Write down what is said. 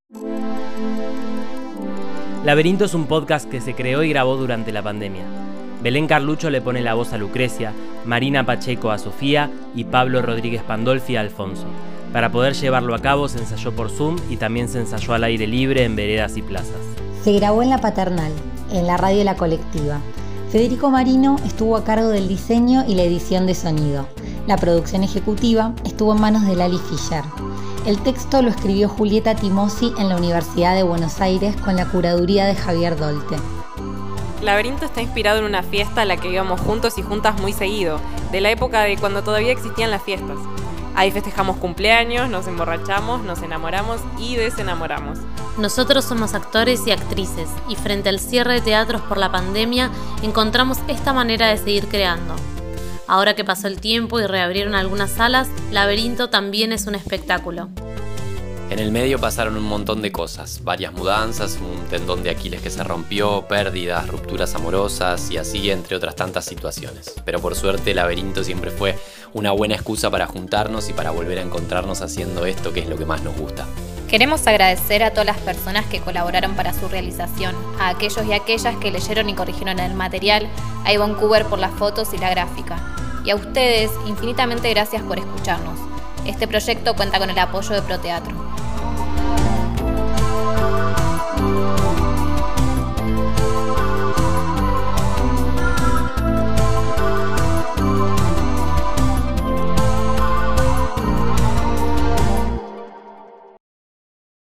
Laberinto es un podcast que se creó y grabó durante la pandemia. Belén Carlucho le pone la voz a Lucrecia, Marina Pacheco a Sofía y Pablo Rodríguez Pandolfi a Alfonso. Para poder llevarlo a cabo se ensayó por Zoom y también se ensayó al aire libre en veredas y plazas. Se grabó en La Paternal, en la radio La Colectiva. Federico Marino estuvo a cargo del diseño y la edición de sonido. La producción ejecutiva estuvo en manos de Lali Fischer. El texto lo escribió Julieta Timossi en la Universidad de Buenos Aires con la curaduría de Javier Dolte. Laberinto está inspirado en una fiesta a la que íbamos juntos y juntas muy seguido, de la época de cuando todavía existían las fiestas. Ahí festejamos cumpleaños, nos emborrachamos, nos enamoramos y desenamoramos. Nosotros somos actores y actrices y frente al cierre de teatros por la pandemia encontramos esta manera de seguir creando. Ahora que pasó el tiempo y reabrieron algunas salas, Laberinto también es un espectáculo. En el medio pasaron un montón de cosas, varias mudanzas, un tendón de Aquiles que se rompió, pérdidas, rupturas amorosas y así entre otras tantas situaciones. Pero por suerte Laberinto siempre fue una buena excusa para juntarnos y para volver a encontrarnos haciendo esto que es lo que más nos gusta. Queremos agradecer a todas las personas que colaboraron para su realización, a aquellos y aquellas que leyeron y corrigieron el material, a Ivonne Cuber por las fotos y la gráfica. Y a ustedes, infinitamente gracias por escucharnos. Este proyecto cuenta con el apoyo de Proteatro.